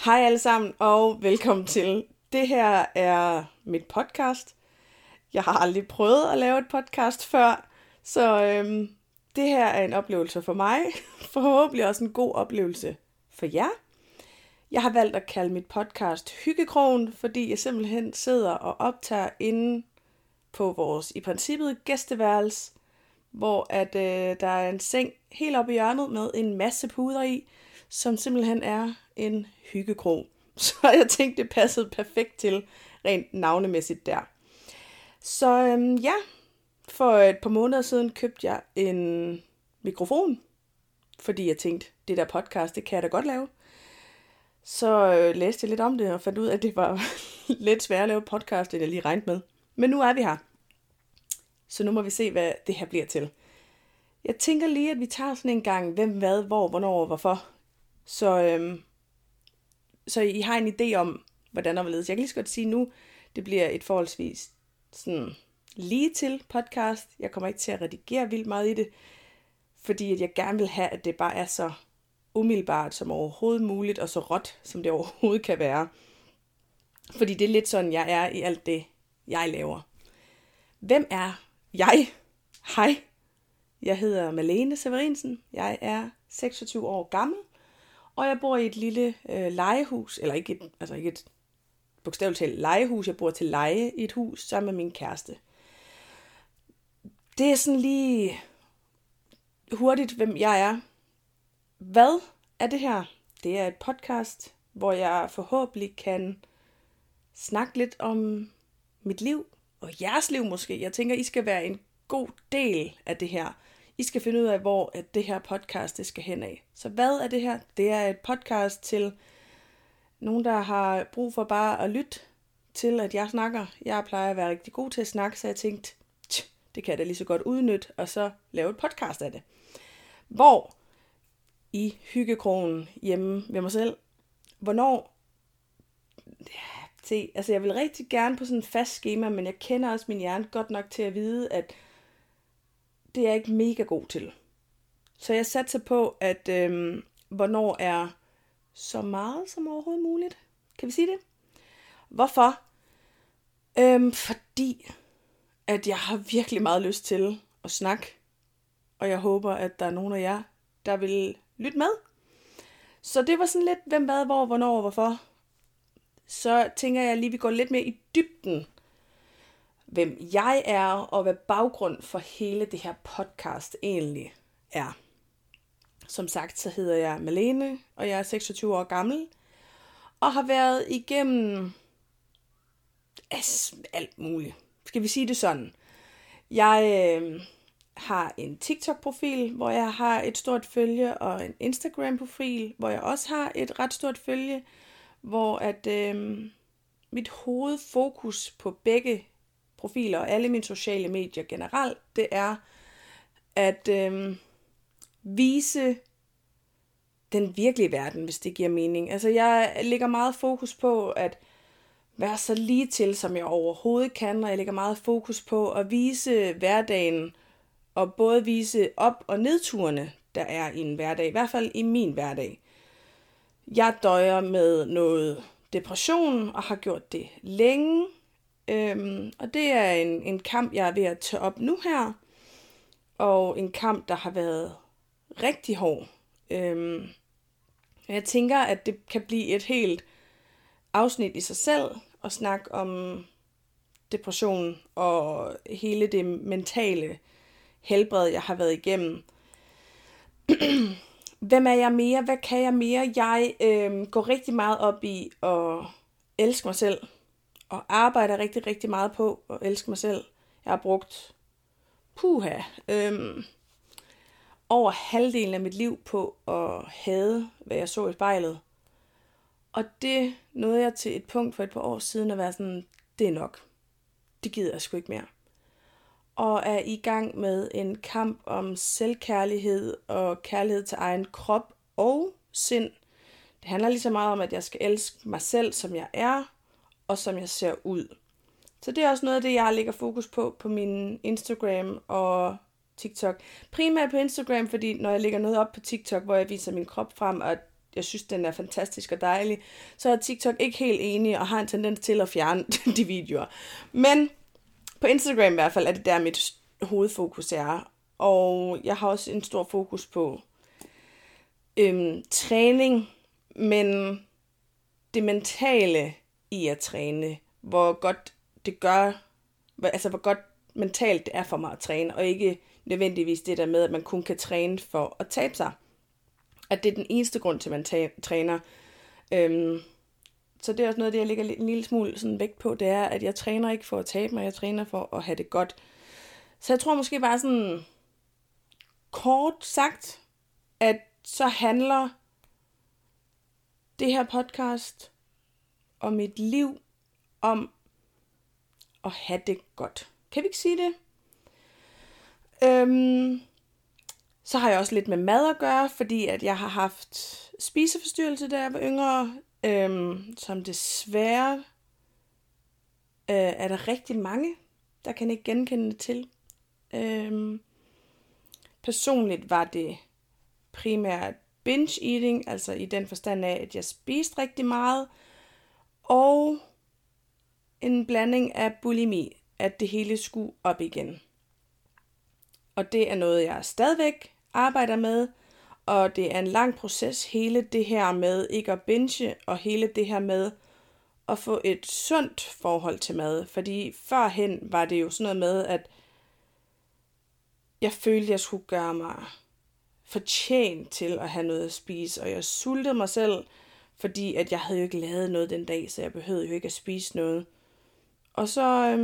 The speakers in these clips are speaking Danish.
Hej alle sammen og velkommen til. Det her er mit podcast. Jeg har aldrig prøvet at lave et podcast før, så det her er en oplevelse for mig. Forhåbentlig også en god oplevelse for jer. Jeg har valgt at kalde mit podcast Hyggekrogen, fordi jeg simpelthen sidder og optager inde på vores i princippet gæsteværelse, hvor der er en seng helt oppe i hjørnet med en masse puder i, som simpelthen er en hyggekrog. Så jeg tænkte, det passede perfekt til rent navnemæssigt der. Så for et par måneder siden købte jeg en mikrofon, fordi jeg tænkte, det der podcast, det kan jeg da godt lave. Så læste jeg lidt om det og fandt ud af, at det var lidt sværere at lave podcast, end jeg lige regnede med. Men nu er vi her. Så nu må vi se, hvad det her bliver til. Jeg tænker lige, at vi tager sådan en gang, hvem, hvad, hvor, hvornår og hvorfor. Så I har en idé om, hvordan og hvorledes. Jeg kan lige så godt sige nu, det bliver et forholdsvis sådan lige til podcast. Jeg kommer ikke til at redigere vildt meget i det, fordi at jeg gerne vil have, at det bare er så umiddelbart som overhovedet muligt, og så råt, som det overhovedet kan være. Fordi det er lidt sådan, jeg er i alt det, jeg laver. Hvem er jeg? Hej, jeg hedder Malene Severinsen. Jeg er 26 år gammel, og jeg bor i et lille legehus, eller ikke et bogstaveligt talt legehus. Jeg bor til leje i et hus sammen med min kæreste. Det er sådan lige hurtigt, hvem jeg er. Hvad er det her? Det er et podcast, hvor jeg forhåbentlig kan snakke lidt om mit liv, og jeres liv måske. Jeg tænker, I skal være en god del af det her. I skal finde ud af, hvor det her podcast det skal hen af. Så hvad er det her? Det er et podcast til nogen, der har brug for bare at lytte til, at jeg snakker. Jeg plejer at være rigtig god til at snakke, så jeg tænkte, det kan jeg da lige så godt udnytte, og så lave et podcast af det. Hvor i hyggekrogen hjemme ved mig selv. Hvornår? Jeg vil rigtig gerne på sådan en fast schema, men jeg kender også min hjerne godt nok til at vide, at det er jeg ikke mega god til. Så jeg satser på, at hvornår er så meget som overhovedet muligt. Kan vi sige det? Hvorfor? Fordi at jeg har virkelig meget lyst til at snakke, og jeg håber, at der er nogen af jer, der vil lytte med. Så det var sådan lidt, hvem, hvad, hvor, hvornår og hvorfor. Så tænker jeg lige, vi går lidt mere i dybden, hvem jeg er, og hvad baggrund for hele det her podcast egentlig er. Som sagt, så hedder jeg Malene, og jeg er 26 år gammel, og har været igennem alt muligt. Skal vi sige det sådan? Jeg har en TikTok-profil, hvor jeg har et stort følge, og en Instagram-profil, hvor jeg også har et ret stort følge, hvor at mit hovedfokus på begge profiler og alle mine sociale medier generelt, det er at vise den virkelige verden, hvis det giver mening. Altså jeg lægger meget fokus på at være så lige til, som jeg overhovedet kan, og jeg lægger meget fokus på at vise hverdagen, og både vise op- og nedturene, der er i en hverdag, i hvert fald i min hverdag. Jeg døjer med noget depression, og har gjort det længe, og det er en kamp, jeg er ved at tage op nu her, og en kamp, der har været rigtig hård. Jeg tænker, at det kan blive et helt afsnit i sig selv, at snakke om depression, og hele det mentale helbred, jeg har været igennem. Hvem er jeg mere? Hvad kan jeg mere? Jeg går rigtig meget op i at elske mig selv, og arbejder rigtig, rigtig meget på at elske mig selv. Jeg har brugt over halvdelen af mit liv på at hade, hvad jeg så i spejlet. Og det nåede jeg til et punkt for et par år siden at være sådan, det er nok. Det gider jeg sgu ikke mere. Og er i gang med en kamp om selvkærlighed og kærlighed til egen krop og sind. Det handler lige så meget om, at jeg skal elske mig selv, som jeg er, og som jeg ser ud. Så det er også noget af det, jeg lægger fokus på min Instagram og TikTok. Primært på Instagram, fordi når jeg lægger noget op på TikTok, hvor jeg viser min krop frem, og jeg synes, den er fantastisk og dejlig, så er TikTok ikke helt enig og har en tendens til at fjerne de videoer. Men på Instagram i hvert fald er det der mit hovedfokus er. Og jeg har også en stor fokus på træning, men det mentale i at træne, hvor godt det gør, altså hvor godt mentalt det er for mig at træne, og ikke nødvendigvis det der med, at man kun kan træne for at tabe sig. At det er den eneste grund til, at man træner. Så det er også noget, det jeg lægger en lille smule sådan vægt på, det er, at jeg træner ikke for at tabe mig, jeg træner for at have det godt. Så jeg tror måske bare sådan kort sagt, at så handler det her podcast og mit liv om at have det godt. Kan vi ikke sige det? Så har jeg også lidt med mad at gøre, fordi at jeg har haft spiseforstyrrelse, da jeg var yngre, som desværre er der rigtig mange, der kan ikke genkende det til. Personligt var det primært binge eating, altså i den forstand af, at jeg spiste rigtig meget, og en blanding af bulimi, at det hele skulle op igen. Og det er noget, jeg stadigvæk arbejder med, og det er en lang proces, hele det her med ikke at binge, og hele det her med at få et sundt forhold til mad. Fordi førhen var det jo sådan noget med, at jeg følte, at jeg skulle gøre mig fortjent til at have noget at spise, og jeg sultede mig selv, fordi at jeg havde jo ikke lavet noget den dag, så jeg behøvede jo ikke at spise noget. Og så,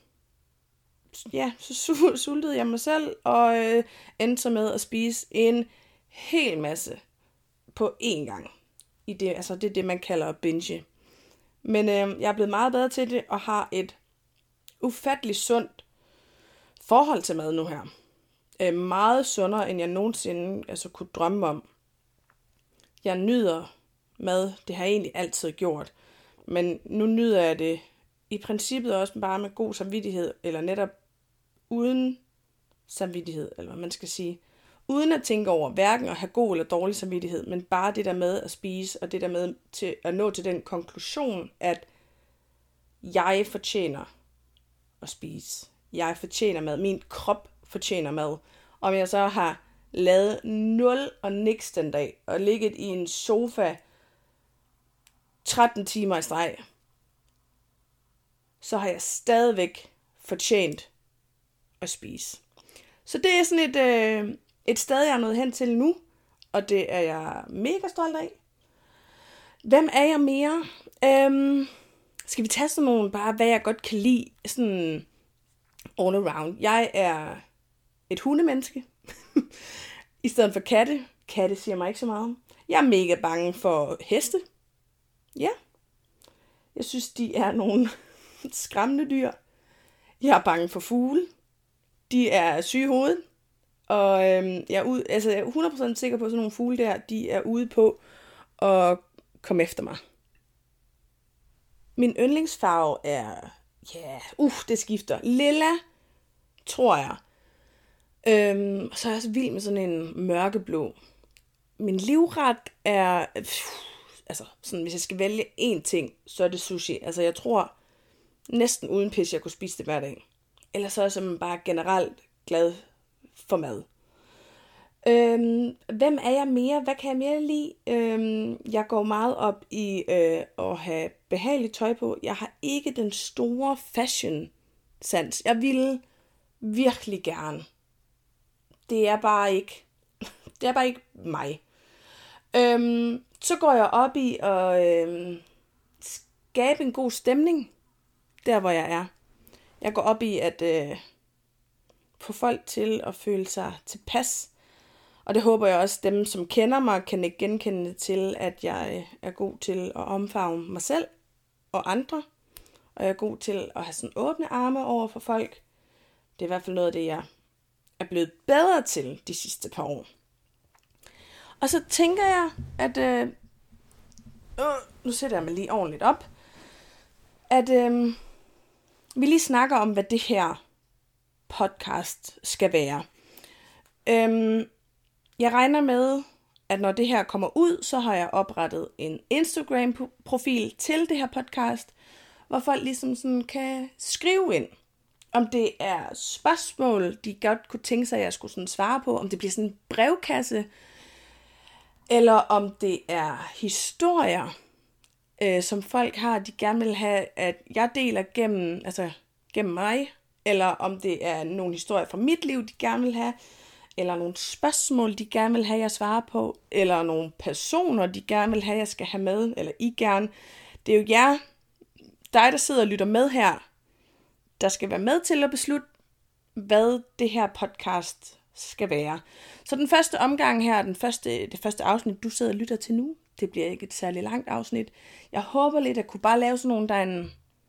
så sultede jeg mig selv, og endte så med at spise en hel masse på én gang. Det er det, man kalder at binge. Men jeg er blevet meget bedre til det, og har et ufatteligt sundt forhold til mad nu her. Meget sundere, end jeg nogensinde kunne drømme om. Jeg nyder mad, det har jeg egentlig altid gjort. Men nu nyder jeg det i princippet også bare med god samvittighed, eller netop uden samvittighed, eller hvad man skal sige. Uden at tænke over hverken at have god eller dårlig samvittighed, men bare det der med at spise, og det der med til at nå til den konklusion, at jeg fortjener at spise. Jeg fortjener mad. Min krop fortjener mad. Om jeg så har lavet 0 og niks den dag, og ligget i en sofa 13 timer i streg, så har jeg stadigvæk fortjent at spise. Så det er sådan et sted, jeg er nået hen til nu, og det er jeg mega stolt af. Hvem er jeg mere? Skal vi tage sådan nogle, bare hvad jeg godt kan lide, sådan all around. Jeg er et hundemenneske, i stedet for katte. Katte siger mig ikke så meget. Jeg er mega bange for heste. Ja. Jeg synes, de er nogle skræmmende dyr. Jeg er bange for fugle. De er syge i hovedet. Og jeg er 100% sikker på, at sådan nogle fugle der, de er ude på at komme efter mig. Min yndlingsfarve er, det skifter. Lilla, tror jeg. Og så er jeg så vild med sådan en mørkeblå. Min livret er, sådan, hvis jeg skal vælge én ting, så er det sushi. Altså jeg tror næsten uden pis, jeg kunne spise det hver dag. Eller så er jeg simpelthen bare generelt glad for mad. Hvem er jeg mere? Hvad kan jeg mere lide? Jeg går meget op i at have behageligt tøj på. Jeg har ikke den store fashion sans. Jeg vil virkelig gerne. Det er bare ikke mig. Så går jeg op i at skabe en god stemning der, hvor jeg er. Jeg går op i at få folk til at føle sig tilpas. Og det håber jeg også, dem som kender mig, kan ikke genkende til, at jeg er god til at omfavne mig selv og andre. Og jeg er god til at have sådan åbne arme over for folk. Det er i hvert fald noget af det, jeg er blevet bedre til de sidste par år. Og så tænker jeg, at nu sætter jeg mig lige ordentligt op, at vi lige snakker om, hvad det her podcast skal være. Jeg regner med at når det her kommer ud, så har jeg oprettet en Instagram-profil til det her podcast, hvor folk ligesom sådan kan skrive ind, om det er spørgsmål, de godt kunne tænke sig, at jeg skulle sådan svare på, om det bliver sådan en brevkasse, eller om det er historier, som folk har, de gerne vil have, at jeg deler gennem mig, eller om det er nogle historier fra mit liv, de gerne vil have, eller nogle spørgsmål, de gerne vil have, jeg svarer på, eller nogle personer, de gerne vil have, jeg skal have med, eller I gerne. Det er jo dig, der sidder og lytter med her, der skal være med til at beslutte, hvad det her podcast skal være. Så den første omgang her, det første afsnit, du sidder og lytter til nu, det bliver ikke et særlig langt afsnit. Jeg håber lidt, at kunne bare lave sådan nogle, der er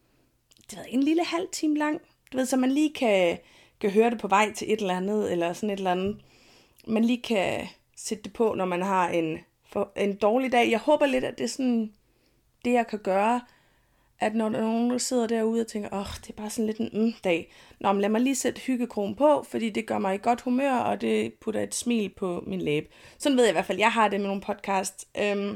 en lille halv time lang. Du ved, så man lige kan høre det på vej til et eller andet, eller sådan et eller andet. Man lige kan sætte det på, når man har en dårlig dag. Jeg håber lidt, at det er sådan det, jeg kan gøre, at når der er nogen, der sidder derude og tænker, det er bare sådan lidt en dag. Men lad mig lige sætte hyggekronen på, fordi det gør mig i godt humør, og det putter et smil på min læbe. Sådan ved jeg i hvert fald, jeg har det med nogle podcast.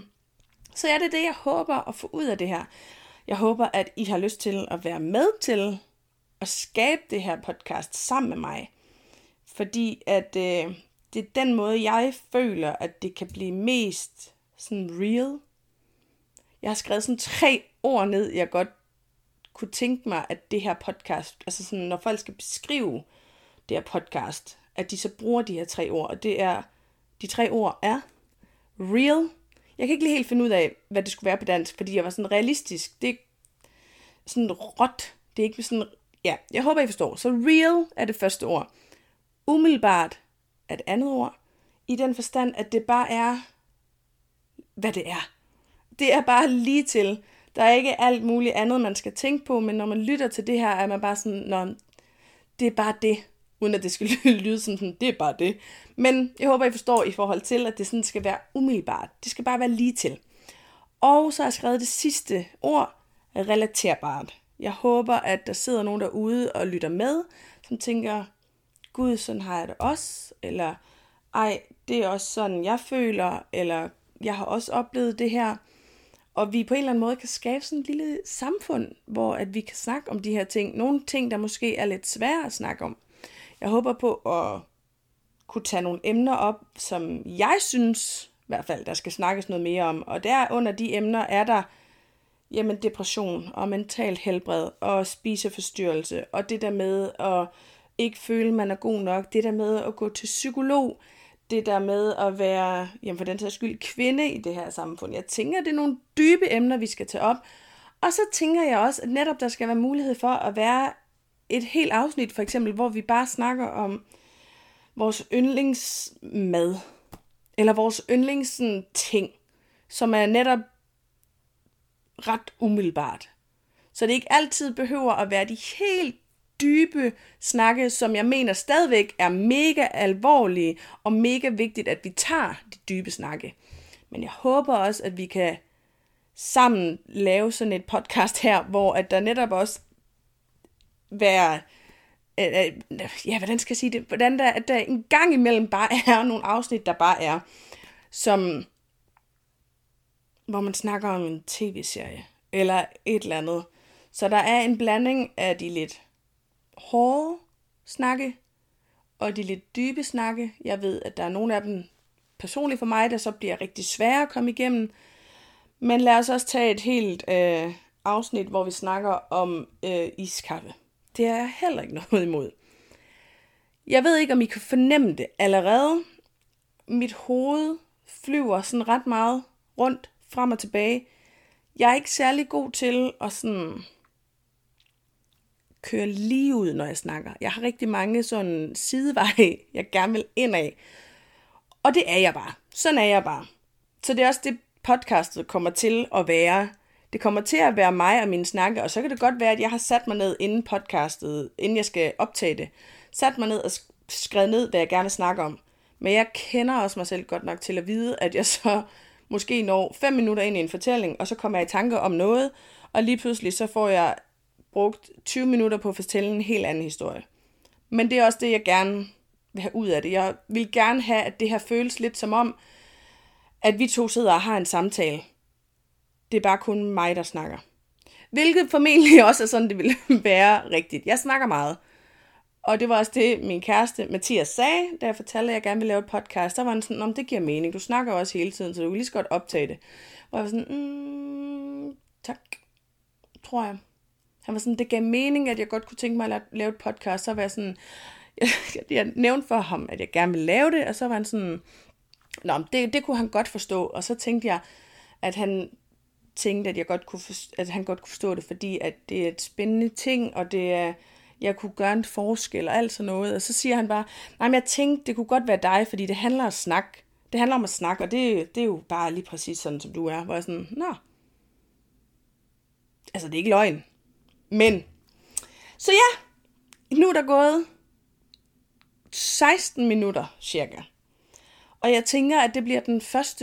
Så er det, jeg håber at få ud af det her. Jeg håber, at I har lyst til at være med til at skabe det her podcast sammen med mig. Fordi at det er den måde, jeg føler, at det kan blive mest sådan real. Jeg har skrevet sådan 3 ord ned, jeg godt kunne tænke mig, at det her podcast, altså sådan, når folk skal beskrive det her podcast, at de så bruger de her 3 ord, og de 3 ord er real. Jeg kan ikke lige helt finde ud af, hvad det skulle være på dansk, fordi jeg var sådan realistisk. Det er sådan råt. Det er ikke sådan, jeg håber, I forstår. Så real er det første ord. Umiddelbart er det andet ord. I den forstand, at det bare er, hvad det er. Det er bare lige til. Der er ikke alt muligt andet, man skal tænke på, men når man lytter til det her, er man bare sådan, det er bare det, uden at det skal lyde sådan, det er bare det. Men jeg håber, I forstår i forhold til, at det sådan skal være umiddelbart. Det skal bare være lige til. Og så har jeg skrevet det sidste ord, relaterbart. Jeg håber, at der sidder nogen derude og lytter med, som tænker, gud, sådan har jeg det også, eller ej, det er også sådan, jeg føler, eller jeg har også oplevet det her. Og vi på en eller anden måde kan skabe sådan et lille samfund, hvor at vi kan snakke om de her ting. Nogle ting, der måske er lidt svære at snakke om. Jeg håber på at kunne tage nogle emner op, som jeg synes, i hvert fald, der skal snakkes noget mere om. Og der under de emner er der depression og mental helbred og spiseforstyrrelse. Og det der med at ikke føle, man er god nok. Det der med at gå til psykolog. Det der med at være, for den sags skyld, kvinde i det her samfund. Jeg tænker, det er nogle dybe emner, vi skal tage op. Og så tænker jeg også, at netop der skal være mulighed for at være et helt afsnit, for eksempel, hvor vi bare snakker om vores yndlingsmad. Eller vores yndlingsting, som er netop ret umiddelbart. Så det ikke altid behøver at være de helt dybe snakke, som jeg mener stadigvæk er mega alvorlige og mega vigtigt, at vi tager de dybe snakke. Men jeg håber også, at vi kan sammen lave sådan et podcast her, hvor at der netop også være, hvordan skal jeg sige det, hvordan der en gang imellem bare er nogle afsnit, der bare er, hvor man snakker om en tv-serie, eller et eller andet. Så der er en blanding af de lidt hårde snakke, og de lidt dybe snakke. Jeg ved, at der er nogle af dem personligt for mig, der så bliver rigtig svære at komme igennem. Men lad os også tage et helt afsnit, hvor vi snakker om iskaffe. Det er jeg heller ikke noget imod. Jeg ved ikke, om I kan fornemme det allerede. Mit hoved flyver sådan ret meget rundt, frem og tilbage. Jeg er ikke særlig god til at sådan køre lige ud, når jeg snakker. Jeg har rigtig mange sådan sideveje, jeg gerne vil ind af. Og det er jeg bare. Sådan er jeg bare. Så det er også det, podcastet kommer til at være. Det kommer til at være mig og mine snakke, og så kan det godt være, at jeg har sat mig ned inden podcastet, inden jeg skal optage det. Sat mig ned og skrevet ned, hvad jeg gerne vil snakke om. Men jeg kender også mig selv godt nok til at vide, at jeg så måske når 5 minutter ind i en fortælling, og så kommer jeg i tanke om noget, og lige pludselig så får jeg brugt 20 minutter på at fortælle en helt anden historie. Men det er også det, jeg gerne vil have ud af det. Jeg vil gerne have, at det her føles lidt som om, at vi to sidder og har en samtale. Det er bare kun mig, der snakker. Hvilket formentlig også er sådan, det ville være rigtigt. Jeg snakker meget. Og det var også det, min kæreste Mathias sagde, da jeg fortalte, at jeg gerne ville lave et podcast. Der var han sådan, det giver mening. Du snakker også hele tiden, så du kan lige så godt optage det. Og jeg var sådan, tak, tror jeg. Han var sådan, det gav mening, at jeg godt kunne tænke mig at lave et podcast. Så var jeg sådan, jeg nævnte for ham, at jeg gerne ville lave det. Og så var han sådan, det kunne han godt forstå. Og så tænkte jeg, at han tænkte, at han godt kunne forstå det, fordi at det er et spændende ting, og det er, jeg kunne gøre en forskel og alt sådan noget. Og så siger han bare, men jeg tænkte, det kunne godt være dig, fordi det handler om at snakke. Det handler om at snakke, og det er jo bare lige præcis sådan, som du er. Hvor jeg sådan, altså det er ikke løgn. Men, så ja, nu er der gået 16 minutter cirka. Og jeg tænker, at det bliver det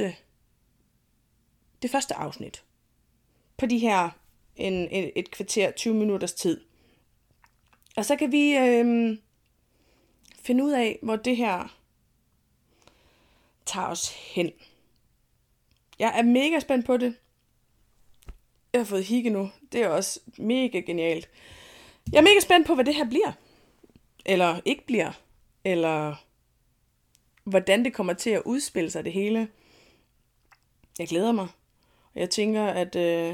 første afsnit. På de her et kvarter, 20 minutters tid. Og så kan vi finde ud af, hvor det her tager os hen. Jeg er mega spændt på det. Jeg har fået hikke nu. Det er også mega genialt. Jeg er mega spændt på, hvad det her bliver. Eller ikke bliver. Eller hvordan det kommer til at udspille sig det hele. Jeg glæder mig. Og jeg tænker, at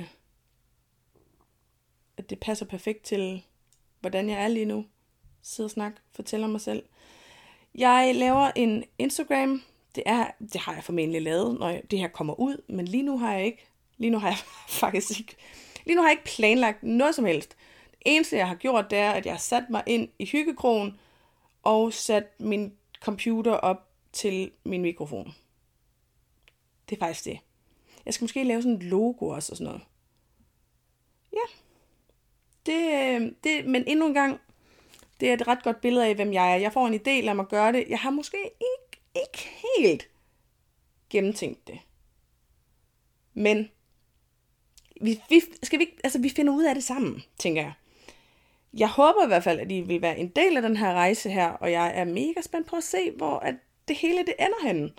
det passer perfekt til, hvordan jeg er lige nu. Sidde og snakke, fortæller mig selv. Jeg laver en Instagram. Det har jeg formentlig lavet, når det her kommer ud. Men lige nu har jeg ikke. Lige nu har jeg ikke planlagt noget som helst. Det eneste, jeg har gjort, det er, at jeg har sat mig ind i hyggekrogen og sat min computer op til min mikrofon. Det er faktisk det. Jeg skal måske lave sådan et logo også og sådan noget. Ja. Men endnu en gang, det er et ret godt billede af, hvem jeg er. Jeg får en idé, lad mig gøre det. Jeg har måske ikke helt gennemtænkt det. Men vi finder ud af det sammen, tænker jeg. Jeg håber i hvert fald, at I vil være en del af den her rejse her, og jeg er mega spændt på at se, hvor at det hele det ender henne.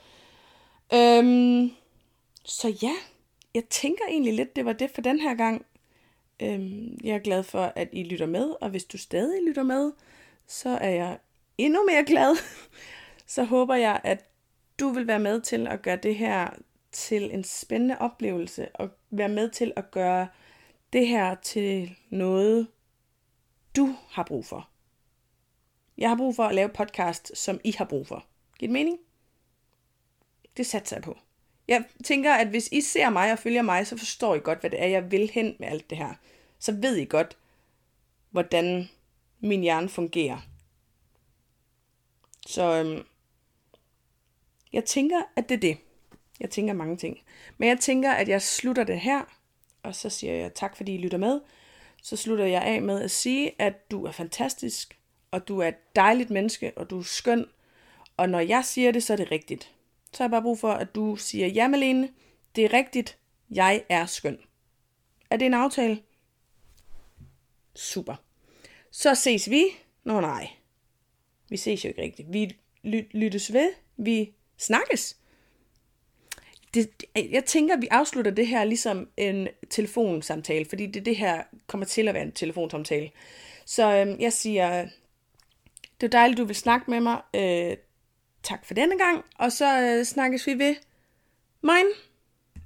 Så ja, jeg tænker egentlig lidt, det var det for den her gang. Jeg er glad for, at I lytter med, og hvis du stadig lytter med, så er jeg endnu mere glad. Så håber jeg, at du vil være med til at gøre det her til en spændende oplevelse, og være med til at gøre det her til noget, du har brug for. Jeg har brug for at lave podcast, som I har brug for. Giver det mening? Det satser jeg på. Jeg tænker, at hvis I ser mig og følger mig, så forstår I godt, hvad det er, jeg vil hen med alt det her. Så ved I godt, hvordan min hjerne fungerer. Så jeg tænker, at det er det. Jeg tænker mange ting. Men jeg tænker, at jeg slutter det her, og så siger jeg tak, fordi I lytter med. Så slutter jeg af med at sige, at du er fantastisk, og du er et dejligt menneske, og du er skøn. Og når jeg siger det, så er det rigtigt. Så har jeg bare brug for, at du siger, ja Malene, det er rigtigt, jeg er skøn. Er det en aftale? Super. Så ses vi. Nej. Vi ses jo ikke rigtigt. Vi lyttes ved. Vi snakkes. Jeg tænker, at vi afslutter det her ligesom en telefonsamtale, fordi det her kommer til at være en telefonsamtale. Så jeg siger, det er dejligt, du vil snakke med mig. Tak for denne gang, og så snakkes vi ved. Moin!